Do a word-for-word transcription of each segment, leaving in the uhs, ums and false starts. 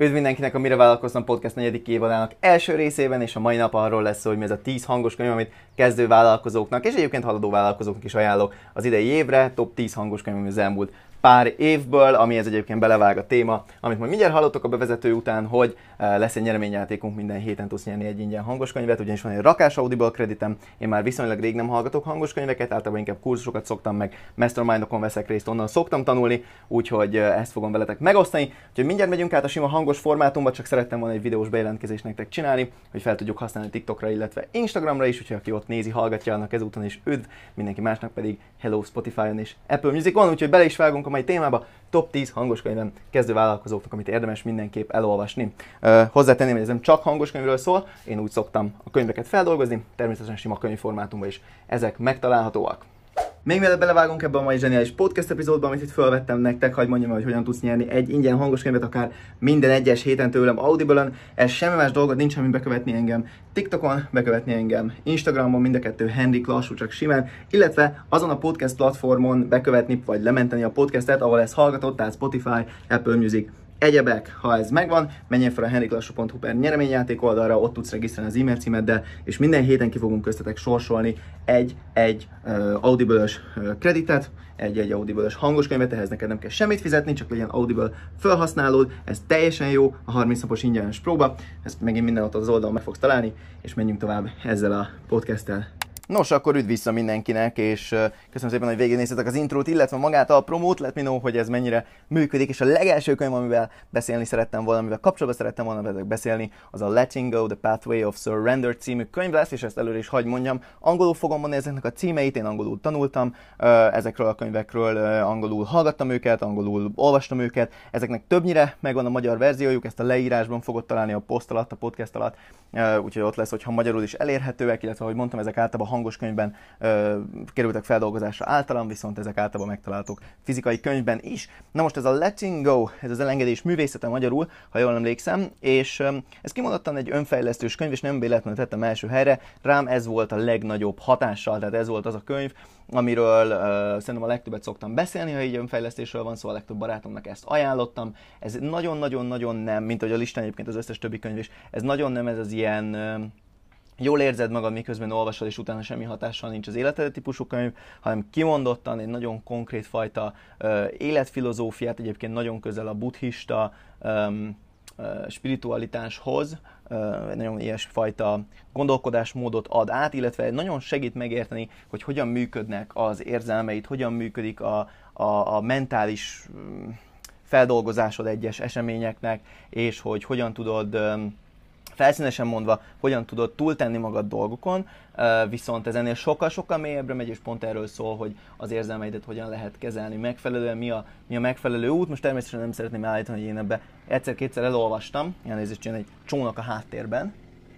Üdv mindenkinek a Mire Vállalkoztam Podcast negyedik évadának első részében, és a mai nap arról lesz szó, hogy mi ez a tíz hangos könyv, amit kezdő vállalkozóknak és egyébként haladó vállalkozóknak is ajánlok az idei évre. Top tíz hangos könyv az elmúlt pár évből, amihez egyébként belevág a téma, amit majd mindjárt hallottok a bevezető után, hogy lesz egy nyereményjátékunk, minden héten tudsz nyerni egy ingyen hangos könyvet, ugyanis van egy rakás Audible kreditem, én már viszonylag rég nem hallgatok hangos könyveket, általában inkább kurzusokat szoktam, meg mastermindokon veszek részt, onnan szoktam tanulni, úgyhogy ezt fogom veletek megosztani. Úgyhogy mindjárt megyünk át a sima hangos formátumba, csak szerettem volna egy videós bejelentkezést nektek csinálni, hogy fel tudjuk használni TikTokra, illetve Instagramra is, úgyhogy aki ott nézi, hallgatja, annak ezúton is üdv, mindenki másnak pedig hello Spotify-on és Apple Music-on, úgyhogy bele is vágunk a mai témába. Top tíz hangos könyvem kezdő vállalkozóknak, amit érdemes mindenképp elolvasni. Uh, hozzátenném, hogy ez nem csak hangos könyvről szól, én úgy szoktam a könyveket feldolgozni, természetesen sima könyvformátumban is ezek megtalálhatóak. Még mielőtt belevágunk ebbe a mai zseniális podcast epizódba, amit itt felvettem nektek, hadd mondjam, hogy hogyan tudsz nyerni egy ingyen hangos könyvet, akár minden egyes héten tőlem Audible-on. Ez semmi más dolgod nincs, amin bekövetni engem TikTokon, bekövetni engem Instagramon, mind a kettő Henrik lassú, csak simán, illetve azon a podcast platformon bekövetni, vagy lementeni a podcastet, ahol ezt hallgatod, tehát Spotify, Apple Music, egyebek. Ha ez megvan, menjen fel a henriklassú pont hu per nyereményjáték oldalra, ott tudsz regisztrálni az e-mail címeddel, és minden héten ki fogunk köztetek sorsolni egy-egy uh, Audible-ös uh, kreditet, egy-egy Audible-ös hangos könyvet, ehhez neked nem kell semmit fizetni, csak legyen Audible felhasználód, ez teljesen jó, a harminc napos ingyenes próba, ezt megint minden ott az oldalon meg fogsz találni, és menjünk tovább ezzel a podcasttel. Nos, akkor üdv vissza mindenkinek, és uh, köszönöm szépen, hogy végignéztetek az intrót, illetve magát a promót, let me know, hogy ez mennyire működik, és a legelső könyv, amivel beszélni szerettem volna, amivel kapcsolatban szerettem volna veletek beszélni, az a Letting Go, The Pathway of Surrender című könyv lesz, és ezt előre is hagy mondjam, angolul fogom mondani ezeknek a címeit, én angolul tanultam uh, ezekről a könyvekről, uh, angolul hallgattam őket, angolul olvastam őket, ezeknek többnyire megvan a magyar verziójuk, ezt a leírásban fogod találni a poszt alatt, a podcast alatt, uh, úgyhogy ott lesz, hogyha magyarul is elérhetőek, illetve ahogy mondtam, ezek általában hangos könyvben ö, kerültek feldolgozásra általam, viszont ezek általában megtalálhatók fizikai könyvben is. Na most ez a Letting Go, ez az elengedés művészete magyarul, ha jól emlékszem, és ö, ez kimondottan egy önfejlesztős könyv, és nem véletlenül tettem első helyre, rám ez volt a legnagyobb hatással, tehát ez volt az a könyv, amiről uh, szerintem a legtöbbet szoktam beszélni, ha így önfejlesztésről van szó, szóval a legtöbb barátomnak ezt ajánlottam. Ez nagyon-nagyon-nagyon nem, mint ahogy a listán egyébként az összes többi könyv is, ez nagyon nem ez az ilyen uh, jól érzed magad, miközben olvasod, és utána semmi hatással nincs az életed típusú könyv, hanem kimondottan egy nagyon konkrét fajta uh, életfilozófiát, egyébként nagyon közel a buddhista um, uh, spiritualitáshoz, uh, egy nagyon ilyesfajta gondolkodásmódot ad át, illetve nagyon segít megérteni, hogy hogyan működnek az érzelmeid, hogyan működik a, a, a mentális um, feldolgozásod egyes eseményeknek, és hogy hogyan tudod um, felszínesen mondva, hogyan tudod túltenni magad dolgokon, viszont ez ennél sokkal-sokkal mélyebbre megy, és pont erről szól, hogy az érzelmeidet hogyan lehet kezelni megfelelően, mi a, mi a megfelelő út. Most természetesen nem szeretném állítani, hogy én ebbe egyszer-kétszer elolvastam, elnézést, jön egy csónak a háttérben.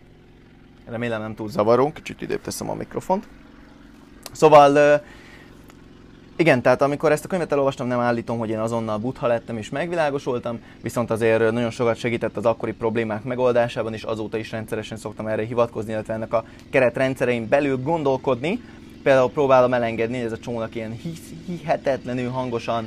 Remélem nem túl zavaró, kicsit idébb teszem a mikrofont. Szóval igen, tehát amikor ezt a könyvet elolvastam, nem állítom, hogy én azonnal buddha lettem és megvilágosultam, viszont azért nagyon sokat segített az akkori problémák megoldásában, és azóta is rendszeresen szoktam erre hivatkozni, illetve ennek a keretrendszerein belül gondolkodni. Például próbálom elengedni, hogy ez a csónak ilyen hihetetlenül hangosan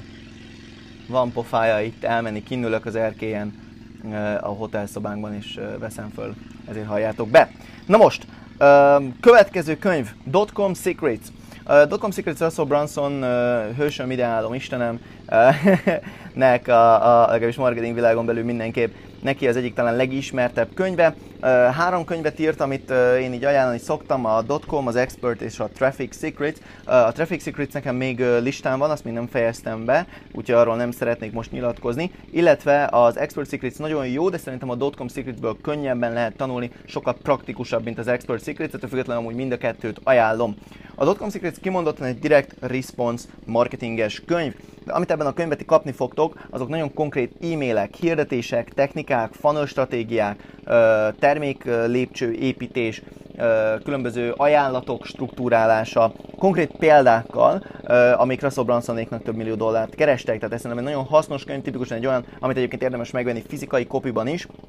van pofája itt elmenni, kinnülök az erkélyen a hotelszobánkban, és veszem föl, ezért halljátok be. Na most, következő könyv, Dotcom Secrets. Uh, Dotcom Secrets Russell Brunson, uh, hősöm, ideálom, Istenem, uh, nek a, a legalábbis marketing világon belül mindenképp neki az egyik talán legismertebb könyve. Uh, három könyvet írt, amit uh, én így ajánlani szoktam, a Dotcom, az Expert és a Traffic Secrets. Uh, a Traffic Secrets nekem még uh, listán van, azt még nem fejeztem be, úgyhogy arról nem szeretnék most nyilatkozni. Illetve az Expert Secrets nagyon jó, de szerintem a Dotcom Secretsből könnyebben lehet tanulni, sokkal praktikusabb, mint az Expert Secrets, tehát függetlenül amúgy mind a kettőt ajánlom. A Dotcom Secrets kimondottan egy direct response marketinges könyv, de amit ebben a könyvet kapni fogtok, azok nagyon konkrét e-mailek, hirdetések, technikák, funnel stratégiák, termék lépcső építés, különböző ajánlatok struktúrálása, konkrét példákkal, amik Russell Brunsonéknak több millió dollárt kerestek, tehát ez szerintem egy nagyon hasznos könyv, tipikusan egy olyan, amit egyébként érdemes megvenni fizikai kopiban is,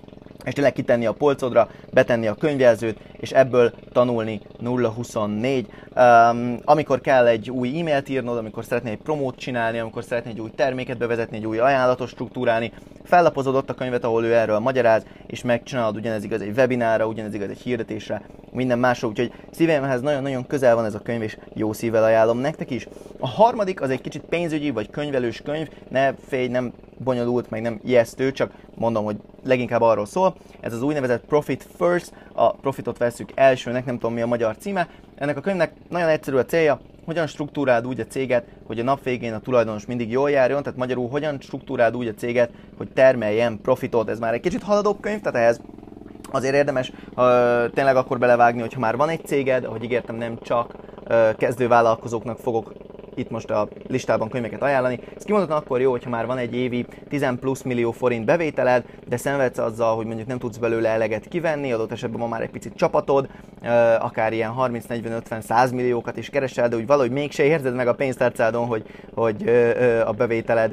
és tényleg kitenni a polcodra, betenni a könyvjelzőt, és ebből tanulni nulla huszonnégy. Um, amikor kell egy új e-mailt írnod, amikor szeretnél egy promót csinálni, amikor szeretnél egy új terméket bevezetni, egy új ajánlatot struktúrálni, fellapozod ott a könyvet, ahol ő erről magyaráz, és megcsinálod, ugyanez igaz egy webinára, ugyanez igaz egy hirdetésre, minden másra, úgyhogy szívemhez nagyon-nagyon közel van ez a könyv, és jó szívvel ajánlom nektek is. A harmadik az egy kicsit pénzügyi, vagy könyvelős könyv, ne félj, nem bonyolult, meg nem ijesztő, csak mondom, hogy leginkább arról szól. Ez az úgynevezett Profit First, a profitot veszük elsőnek, nem tudom mi a magyar címe. Ennek a könyvnek nagyon egyszerű a célja, hogyan struktúráld úgy a céget, hogy a nap végén a tulajdonos mindig jól járjon, tehát magyarul hogyan struktúráld úgy a céget, hogy termeljen profitot. Ez már egy kicsit haladóbb könyv, tehát ehhez azért érdemes uh, tényleg akkor belevágni, hogyha már van egy céged, ahogy ígértem, nem csak uh, kezdővállalkozóknak fogok itt most a listában könyveket ajánlani. Ez kimondottan akkor jó, hogyha már van egy évi tíz plusz millió forint bevételed, de szenvedsz azzal, hogy mondjuk nem tudsz belőle eleget kivenni, adott esetben ma már egy picit csapatod, akár ilyen harminc, negyven, ötven, száz milliókat is keresel, de úgy valahogy mégse érzed meg a pénztárcádon, hogy, hogy a bevételed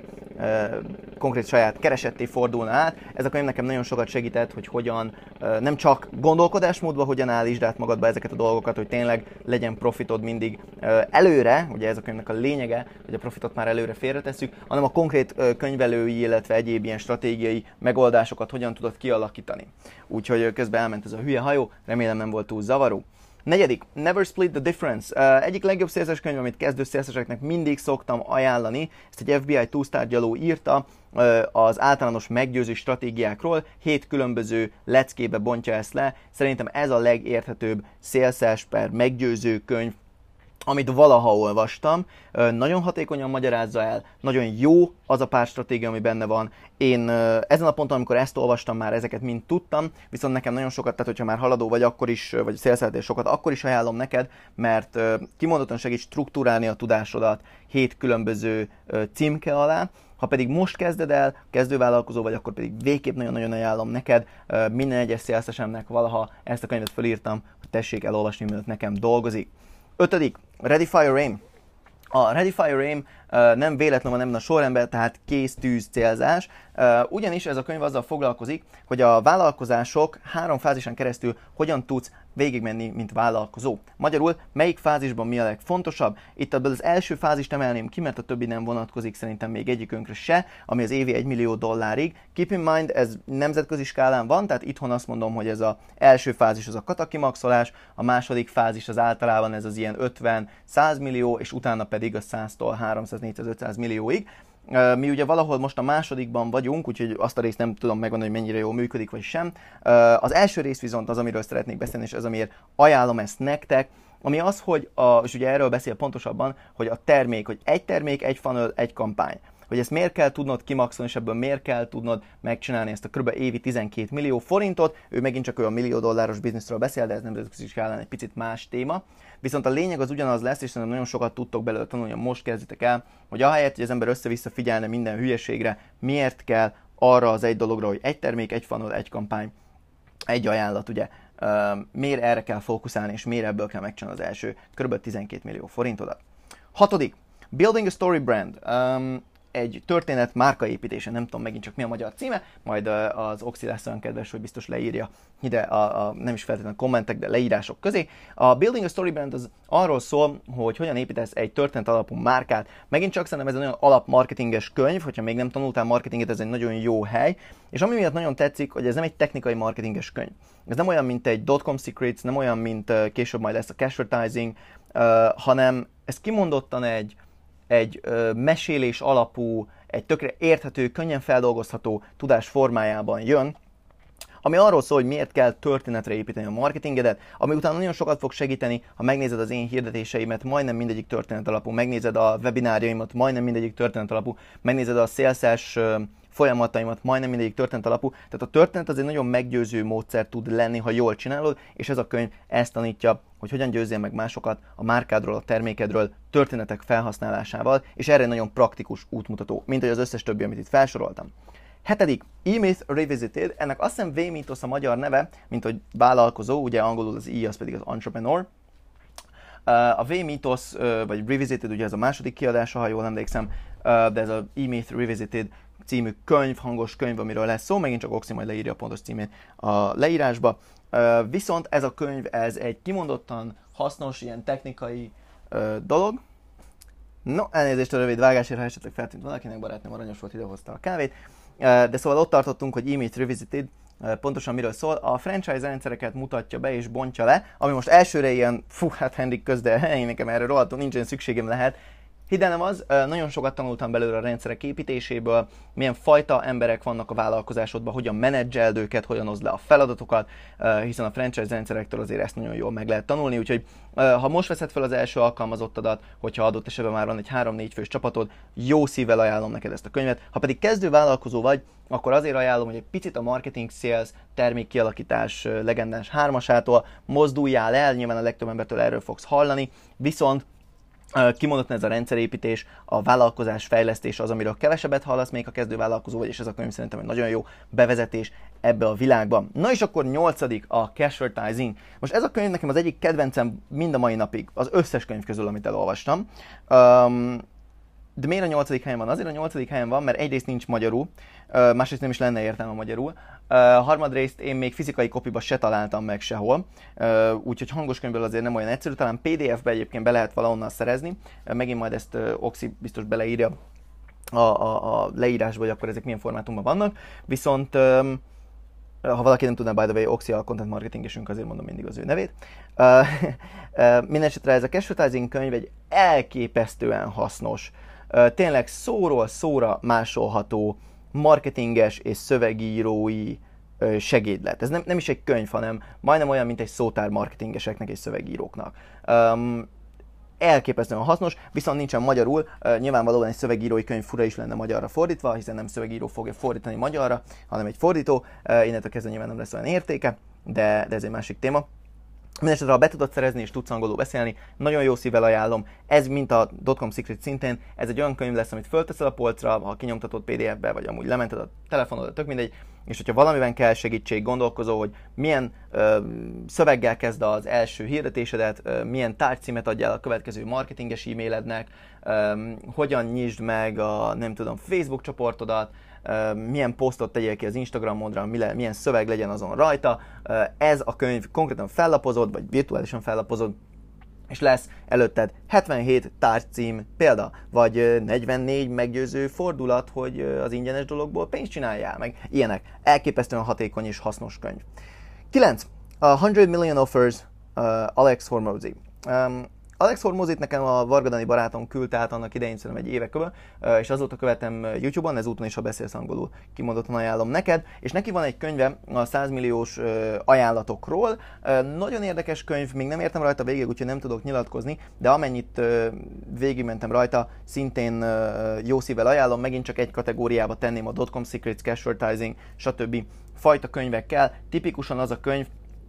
konkrét saját keresetté fordulna át. Ez a könyv nekem nagyon sokat segített, hogy hogyan nem csak gondolkodásmódban hogyan állítsd át magadba ezeket a dolgokat, hogy tényleg legyen profitod mindig előre, ugye ez a könyvnek a lényege, hogy a profitot már előre félretesszük, hanem a konkrét könyvelői, illetve egyéb ilyen stratégiai megoldásokat hogyan tudod kialakítani. Úgyhogy közben elment ez a hülye hajó, remélem nem volt túl zavaró. Negyedik, Never Split the Difference. Uh, egyik legjobb szélszes könyv, amit kezdő szélszeseknek mindig szoktam ajánlani. Ezt egy ef bé i túsztárgyaló írta uh, az általános meggyőző stratégiákról. Hét különböző leckébe bontja ezt le. Szerintem ez a legérthetőbb szélszes per meggyőző könyv, amit valaha olvastam. Nagyon hatékonyan magyarázza el, nagyon jó az a pár stratégia, ami benne van. Én ezen a ponton, amikor ezt olvastam, már ezeket mind tudtam, viszont nekem nagyon sokat, tehát hogyha már haladó vagy akkor is, vagy szélszeltél sokat, akkor is ajánlom neked, mert kimondottan segít struktúrálni a tudásodat hét különböző címke alá. Ha pedig most kezded el, kezdővállalkozó vagy, akkor pedig végképp nagyon-nagyon ajánlom neked. Minden egyes szélszesemnek valaha ezt a könyvet felírtam, hogy tessék elolvasni, mielőtt nekem dolgozik. Ötödik, Ready Fire Aim. A Ready Fire Aim uh, nem véletlen van ebben a sorrendben, tehát kész tűz célzás. Uh, ugyanis ez a könyv azzal foglalkozik, hogy a vállalkozások három fázison keresztül hogyan tudsz végigmenni, mint vállalkozó. Magyarul, melyik fázisban mi a legfontosabb? Itt ebből az első fázist emelném ki, mert a többi nem vonatkozik szerintem még egyikünkre se, ami az évi egy millió dollárig. Keep in mind, ez nemzetközi skálán van, tehát itthon azt mondom, hogy ez az első fázis az a katakimaxolás, a második fázis az általában ez az ilyen ötven-száz millió, és utána pedig a száztól háromszáz, négyszáz, ötszáz millióig. Mi ugye valahol most a másodikban vagyunk, úgyhogy azt a részt nem tudom megmondani, hogy mennyire jól működik, vagy sem. Az első rész viszont az, amiről szeretnék beszélni, és ez amiért ajánlom ezt nektek, ami az, hogy, a, és ugye erről beszél pontosabban, hogy a termék, hogy egy termék, egy funnel, egy kampány. Hogy ezt miért kell tudnod kimaxolni, és ebből miért kell tudnod megcsinálni ezt a kb. Évi tizenkét millió forintot. Ő megint csak olyan millió dolláros bizniszről beszél, de ez nemzetközi skálán egy picit más téma. Viszont a lényeg az ugyanaz lesz, és szerintem nagyon sokat tudtok belőle tanulni, hogy most kezditek el, hogy ahelyett, hogy az ember össze-vissza figyelne minden hülyeségre, miért kell arra az egy dologra, hogy egy termék, egy funnel, egy kampány, egy ajánlat, ugye, uh, miért erre kell fókuszálni, és miért ebből kell megcsinálni az első kb. tizenkét millió forintodat. Hatodik, Building a Story Brand. Um, egy történet márkaépítése, nem tudom megint csak mi a magyar címe, majd az Oxy lesz olyan kedves, hogy biztos leírja ide a, a nem is feltétlenül kommentek, de leírások közé. A Building a Story Brand az arról szól, hogy hogyan építesz egy történet alapú márkát. Megint csak szerintem ez egy olyan alapmarketinges könyv, hogyha még nem tanultál marketinget, ez egy nagyon jó hely. És ami miatt nagyon tetszik, hogy ez nem egy technikai marketinges könyv. Ez nem olyan, mint egy dotcom secrets, nem olyan, mint később majd lesz a cashvertising, uh, hanem ez kimondottan egy egy ö, mesélés alapú, egy tökre érthető, könnyen feldolgozható tudás formájában jön, ami arról szól, hogy miért kell történetre építeni a marketingedet, ami utána nagyon sokat fog segíteni, ha megnézed az én hirdetéseimet, majdnem mindegyik történet alapú, megnézed a webinárjaimat, majdnem mindegyik történet alapú, megnézed a szélszes folyamataimat, majdnem mindegyik történet alapú. Tehát a történet az egy nagyon meggyőző módszer tud lenni, ha jól csinálod, és ez a könyv ezt tanítja, hogy hogyan győzzél meg másokat a márkádról, a termékedről, történetek felhasználásával, és erre nagyon praktikus útmutató, mint hogy az összes többi, amit itt felsoroltam. Hetedik, E-Myth Revisited, ennek azt hiszem V-mítosz a magyar neve, mint hogy vállalkozó, ugye angolul az E, az pedig az entrepreneur. A V-mítosz, vagy Revisited, ugye ez a második kiadása, ha jól emlékszem, de ez a E-Myth Revisited című könyv, hangos könyv, amiről lesz szó, megint csak Oxi majd leírja a pontos címét a leírásba. Viszont ez a könyv, ez egy kimondottan hasznos, ilyen technikai dolog. No, elnézést a rövid vágásért, ha esetleg feltűnt valakinek, barátnőm aranyos volt, idehozta a kávét. De szóval ott tartottunk, hogy E-Meet Revisited, pontosan miről szól. A franchise rendszereket mutatja be és bontja le, ami most elsőre ilyen, fú, hát Henrik köz, de én nekem erre rohadtul nincsen szükségem lehet. Hidd el, nem az, nagyon sokat tanultam belőle a rendszerek építéséből, milyen fajta emberek vannak a vállalkozásodban, hogyan menedzseld őket, hogyan oszd le a feladatokat, hiszen a franchise rendszerektől azért ezt nagyon jól meg lehet tanulni, úgyhogy ha most veszed fel az első alkalmazottadat, hogyha adott esetben már van egy három-négy fős csapatod, jó szívvel ajánlom neked ezt a könyvet. Ha pedig kezdő vállalkozó vagy, akkor azért ajánlom, hogy egy picit a marketing, sales, termékkialakítás legendás hármasától mozduljál el, nyilván a legtöbb embertől erről fogsz hallani, viszont kimondottan ez a rendszerépítés, a vállalkozás fejlesztés az, amiről kevesebbet hallasz még, a kezdő vállalkozó vagy, és ez a könyv szerintem egy nagyon jó bevezetés ebbe a világba. Na és akkor nyolcadik a Cashvertising. Most ez a könyv nekem az egyik kedvencem mind a mai napig, az összes könyv közül, amit elolvastam. Um, de miért a nyolcadik helyen van? Azért a nyolcadik helyen van, mert egyrészt nincs magyarul, másrészt nem is lenne értelme magyarul. Uh, harmadrészt én még fizikai kopiba se találtam meg sehol, uh, úgyhogy hangos könyvből azért nem olyan egyszerű, talán pé dé ef-be egyébként be lehet valahonnan szerezni, uh, megint majd ezt uh, Oxi biztos beleírja a, a, a leírásba, hogy akkor ezek milyen formátumban vannak, viszont um, ha valaki nem tudná, by the way, Oxi a content marketingesünk, azért mondom mindig az ő nevét. Uh, uh, Mindenesetre ez a Cashvertising könyv egy elképesztően hasznos, uh, tényleg szóról szóra másolható, marketinges és szövegírói segédlet. Ez nem, nem is egy könyv, hanem majdnem olyan, mint egy szótár marketingeseknek és szövegíróknak. Um, elképesztően hasznos, viszont nincsen magyarul. Uh, nyilvánvalóan egy szövegírói könyv fura is lenne magyarra fordítva, hiszen nem szövegíró fogja fordítani magyarra, hanem egy fordító. Uh, innentől kezdve nyilván nem lesz olyan értéke, de, de ez egy másik téma. Mindenesetre, ha be tudod szerezni és tudsz angolul beszélni, nagyon jó szívvel ajánlom. Ez, mint a dotcom Secret szintén, ez egy olyan könyv lesz, amit fölteszel a polcra, ha kinyomtatod pé dé ef-be, vagy amúgy lemented a telefonodra, tök mindegy, és hogyha valamiben kell segítség, gondolkozol, hogy milyen ö, szöveggel kezd az első hirdetésedet, ö, milyen tárgycímet adjál a következő marketinges e-mailednek, ö, hogyan nyisd meg a, nem tudom, Facebook csoportodat, Uh, milyen posztot tegyél ki az Instagramodra, milyen szöveg legyen azon rajta. Uh, ez a könyv konkrétan fellapozod, vagy virtuálisan fellapozod, és lesz előtted hetvenhét tárgycím példa, vagy negyvennégy meggyőző fordulat, hogy az ingyenes dologból pénzt csináljál, meg ilyenek. Elképesztően hatékony és hasznos könyv. kilenc. A száz million Offers, uh, Alex Hormozi. Um, Alex Hormozit nekem a Varga Dani barátom küldte át annak idején szerintem egy éve körül, és azóta követem YouTube-on, ezúton is, ha beszélsz angolul, kimondottan ajánlom neked, és neki van egy könyve a száz milliós ajánlatokról. Nagyon érdekes könyv, még nem értem rajta végig, úgyhogy nem tudok nyilatkozni, de amennyit végigmentem rajta, szintén jó szívvel ajánlom, megint csak egy kategóriába tenném a dotcom Secrets, Cashvertising, stb. Fajta könyvekkel. Tipikusan az a könyv,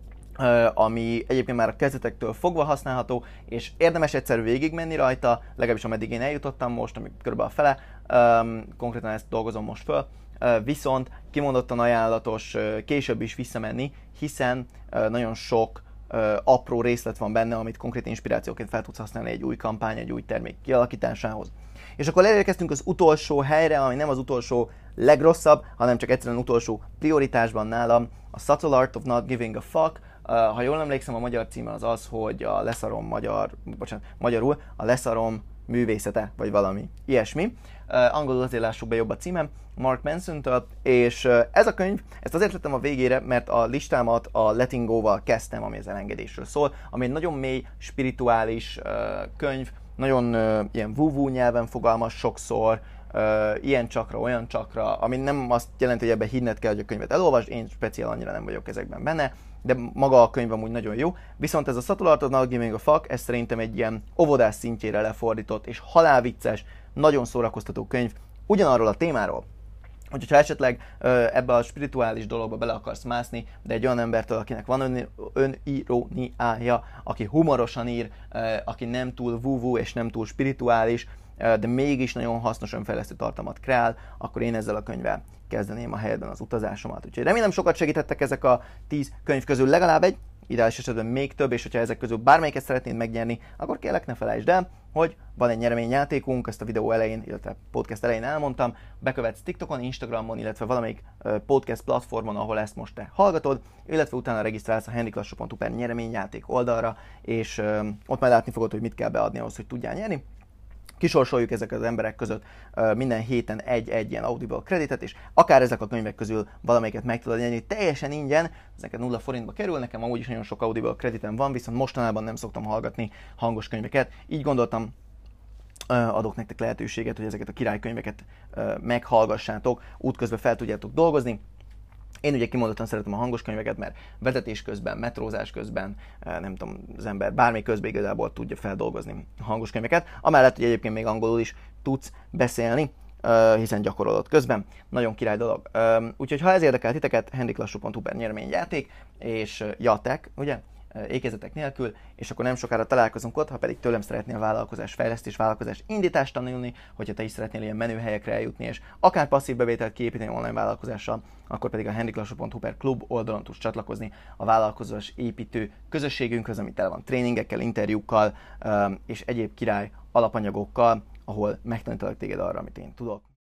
ami egyébként már a kezdetektől fogva használható, és érdemes egyszer végigmenni rajta, legalábbis ameddig én eljutottam most, ami körülbelül a fele, um, konkrétan ezt dolgozom most föl, uh, viszont kimondottan ajánlatos uh, később is visszamenni, hiszen uh, nagyon sok uh, apró részlet van benne, amit konkrét inspirációként fel tudsz használni egy új kampány, egy új termék kialakításához. És akkor elérkeztünk az utolsó helyre, ami nem az utolsó legrosszabb, hanem csak egyszerűen utolsó prioritásban nálam, a Subtle Art of Not Giving a Fuck. Uh, ha jól emlékszem, a magyar címe az az, hogy a leszarom magyar, bocsánat, magyarul a leszarom művészete, vagy valami ilyesmi. Uh, angolul azért lássuk be jobb a címem, Mark Manson-től, és uh, ez a könyv, ezt azért lettem a végére, mert a listámat a Letting Go-val kezdtem, ami az elengedésről szól, ami egy nagyon mély, spirituális uh, könyv, nagyon uh, ilyen woo-woo nyelven fogalmaz sokszor, Uh, ilyen csakra, olyan csakra, ami nem azt jelenti, hogy ebben hinned kell, hogy a könyvet elolvasd, én speciál annyira nem vagyok ezekben benne, de maga a könyv amúgy nagyon jó. Viszont ez a Subtle Art of Not Giving a Fuck, ez szerintem egy ilyen óvodás szintjére lefordított és halálvicces, nagyon szórakoztató könyv ugyanarról a témáról. Úgyhogy ha esetleg uh, ebbe a spirituális dologba bele akarsz mászni, de egy olyan embertől, akinek van ön, öniróniája, aki humorosan ír, uh, aki nem túl woo-woo és nem túl spirituális, de mégis nagyon hasznos önfejlesztő tartalmat kreál, akkor én ezzel a könyvvel kezdeném a helyedben az utazásomat. Úgyhogy remélem sokat segítettek ezek a tíz könyv közül legalább egy, ideális esetben még több, és hogyha ezek közül bármelyiket szeretnéd megnyerni, akkor kérlek ne felejtsd el, hogy van egy nyereményjátékunk, ezt a videó elején, illetve podcast elején elmondtam, bekövetsz TikTokon, Instagramon, illetve valamelyik podcast platformon, ahol ezt most te hallgatod, illetve utána regisztrálsz a handyklassó pont hu per nyereményjáték oldalra, és ott majd látni fogod, hogy mit kell beadni ahhoz, hogy tudjál nyerni. Kisorsoljuk ezek az emberek között uh, minden héten egy-egy ilyen Audible kreditet, és akár ezek a könyvek közül valamelyiket meg tudod nyerni teljesen ingyen, ezeket nulla forintba kerül, nekem amúgy is nagyon sok Audible kreditem van, viszont mostanában nem szoktam hallgatni hangos könyveket, így gondoltam, uh, adok nektek lehetőséget, hogy ezeket a királykönyveket uh, meghallgassátok, útközben fel tudjátok dolgozni. Én ugye kimondottan szeretem a hangos könyveket, mert vezetés közben, metrózás közben, nem tudom, az ember bármi közben igazából tudja feldolgozni a hangos könyveket. Amellett, hogy egyébként még angolul is tudsz beszélni, hiszen gyakorolod közben. Nagyon király dolog. Úgyhogy ha ez érdekel titeket, handyklassó pont hu per nyereményjáték, és jatek, ugye? Ékezetek nélkül, és akkor nem sokára találkozunk ott, ha pedig tőlem szeretnél vállalkozás fejlesztés, vállalkozás indítást tanulni, hogyha te is szeretnél ilyen menőhelyekre eljutni, és akár passzív bevételt kiépíteni online vállalkozással, akkor pedig a handyklassó pont hu per klub oldalon tudsz csatlakozni a vállalkozás építő közösségünkhöz, amit tele van tréningekkel, interjúkkal és egyéb király alapanyagokkal, ahol megtanítalak téged arra, amit én tudok.